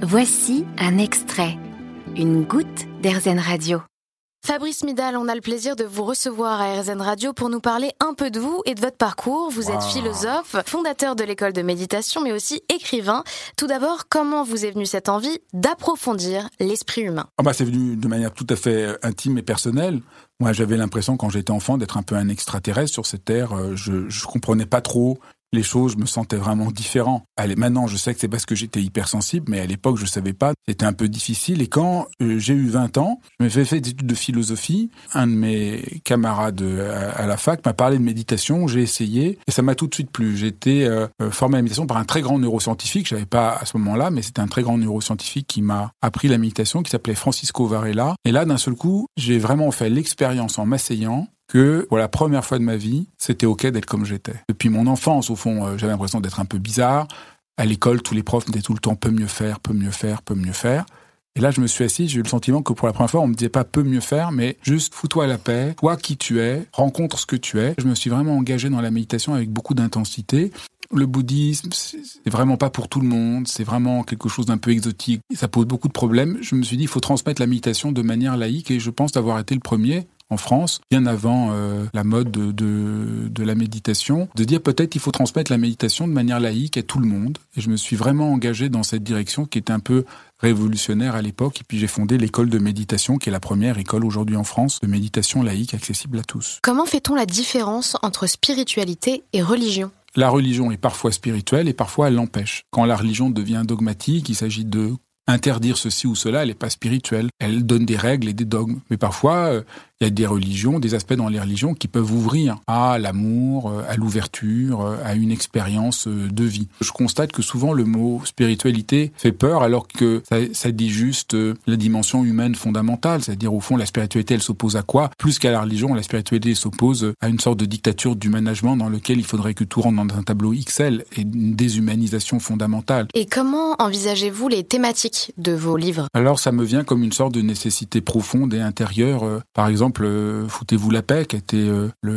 Voici un extrait, une goutte d'AirZen Radio. Fabrice Midal, on a le plaisir de vous recevoir à AirZen Radio pour nous parler un peu de vous et de votre parcours. Vous êtes philosophe, fondateur de l'école de méditation, mais aussi écrivain. Tout d'abord, comment vous est venue cette envie d'approfondir l'esprit humain ? C'est venu de manière tout à fait intime et personnelle. Moi, j'avais l'impression, quand j'étais enfant, d'être un peu un extraterrestre sur cette terre. Je comprenais pas trop les choses, je me sentais vraiment différent. Allez, maintenant, je sais que c'est parce que j'étais hypersensible, mais à l'époque, je savais pas. C'était un peu difficile. Et quand j'ai eu 20 ans, je me suis fait des études de philosophie. Un de mes camarades à la fac m'a parlé de méditation. J'ai essayé et ça m'a tout de suite plu. J'ai été formé à la méditation par un très grand neuroscientifique. Je savais pas à ce moment-là, mais c'était un très grand neuroscientifique qui m'a appris la méditation, qui s'appelait Francisco Varela. Et là, d'un seul coup, j'ai vraiment fait l'expérience en m'asseyant que pour la première fois de ma vie, c'était OK d'être comme j'étais. Depuis mon enfance, au fond, j'avais l'impression d'être un peu bizarre. À l'école, tous les profs me disaient tout le temps « peut mieux faire, peut mieux faire, peut mieux faire ». Et là, je me suis assis, j'ai eu le sentiment que pour la première fois, on me disait pas « peut mieux faire », mais juste « fous-toi la paix, sois qui tu es, rencontre ce que tu es ». Je me suis vraiment engagé dans la méditation avec beaucoup d'intensité. Le bouddhisme, c'est vraiment pas pour tout le monde, c'est vraiment quelque chose d'un peu exotique. Ça pose beaucoup de problèmes. Je me suis dit, il faut transmettre la méditation de manière laïque et je pense avoir été le premier en France, bien avant la mode de la méditation, de dire peut-être il faut transmettre la méditation de manière laïque à tout le monde. Et je me suis vraiment engagé dans cette direction qui était un peu révolutionnaire à l'époque. Et puis j'ai fondé l'école de méditation, qui est la première école aujourd'hui en France de méditation laïque accessible à tous. Comment fait-on la différence entre spiritualité et religion ? La religion est parfois spirituelle et parfois elle l'empêche. Quand la religion devient dogmatique, il s'agit de interdire ceci ou cela, elle n'est pas spirituelle. Elle donne des règles et des dogmes. Mais parfois, il y a des religions, des aspects dans les religions qui peuvent ouvrir à l'amour, à l'ouverture, à une expérience de vie. Je constate que souvent le mot spiritualité fait peur alors que ça dit juste la dimension humaine fondamentale. C'est-à-dire au fond, la spiritualité, elle s'oppose à quoi ? Plus qu'à la religion, la spiritualité s'oppose à une sorte de dictature du management dans lequel il faudrait que tout rentre dans un tableau XL et une déshumanisation fondamentale. Et comment envisagez-vous les thématiques de vos livres ? Alors ça me vient comme une sorte de nécessité profonde et intérieure. Par exemple, Foutez-vous la paix, qui a été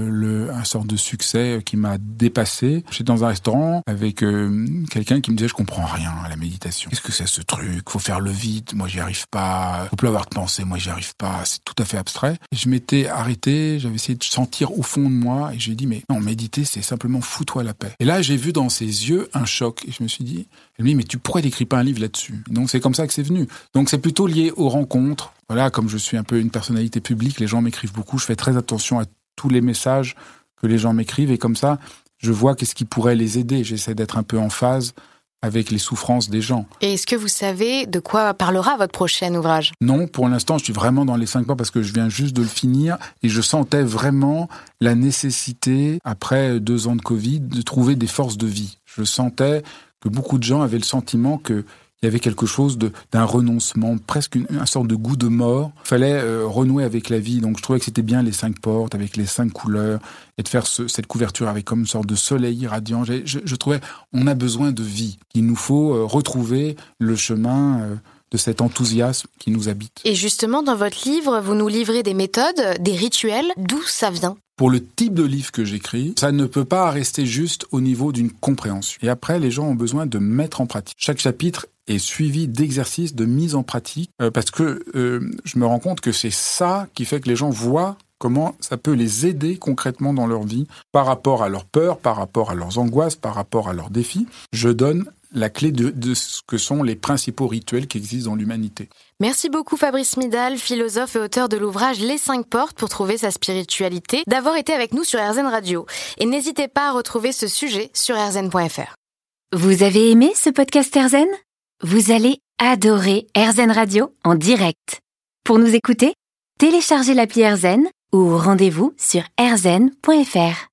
un sort de succès qui m'a dépassé. J'étais dans un restaurant avec quelqu'un qui me disait « je comprends rien à la méditation. Qu'est-ce que c'est ce truc ? Faut faire le vide, moi j'y arrive pas. Faut plus avoir de pensée, moi j'y arrive pas. C'est tout à fait abstrait. » Et je m'étais arrêté, j'avais essayé de sentir au fond de moi et j'ai dit « mais non, méditer c'est simplement fous-toi la paix. » Et là j'ai vu dans ses yeux un choc et je me suis dit « mais tu pourrais t'écrire pas un livre là-dessus. » Donc c'est comme ça que c'est venu. Donc c'est plutôt lié aux rencontres. Voilà, comme je suis un peu une personnalité publique, les gens m'écrivent beaucoup, je fais très attention à tous les messages que les gens m'écrivent et comme ça, je vois qu'est-ce qui pourrait les aider. J'essaie d'être un peu en phase avec les souffrances des gens. Et est-ce que vous savez de quoi parlera votre prochain ouvrage ? Non, pour l'instant, je suis vraiment dans les 5 pas parce que je viens juste de le finir et je sentais vraiment la nécessité, après 2 ans de Covid, de trouver des forces de vie. Je sentais que beaucoup de gens avaient le sentiment que il y avait quelque chose d'un renoncement, presque une sorte de goût de mort. Il fallait renouer avec la vie. Donc je trouvais que c'était bien les 5 portes, avec les 5 couleurs, et de faire cette couverture avec comme une sorte de soleil irradiant. Je trouvais on a besoin de vie. Il nous faut retrouver le chemin de cet enthousiasme qui nous habite. Et justement, dans votre livre, vous nous livrez des méthodes, des rituels. D'où ça vient ? Pour le type de livre que j'écris, ça ne peut pas rester juste au niveau d'une compréhension. Et après, les gens ont besoin de mettre en pratique. Chaque chapitre est suivi d'exercices de mise en pratique parce que je me rends compte que c'est ça qui fait que les gens voient comment ça peut les aider concrètement dans leur vie par rapport à leurs peurs, par rapport à leurs angoisses, par rapport à leurs défis. Je donne la clé de ce que sont les principaux rituels qui existent dans l'humanité. Merci beaucoup Fabrice Midal, philosophe et auteur de l'ouvrage Les 5 portes pour trouver sa spiritualité, d'avoir été avec nous sur AirZen Radio. Et n'hésitez pas à retrouver ce sujet sur airzen.fr. Vous avez aimé ce podcast AirZen ? Vous allez adorer AirZen Radio en direct. Pour nous écouter, téléchargez l'appli AirZen ou rendez-vous sur airzen.fr.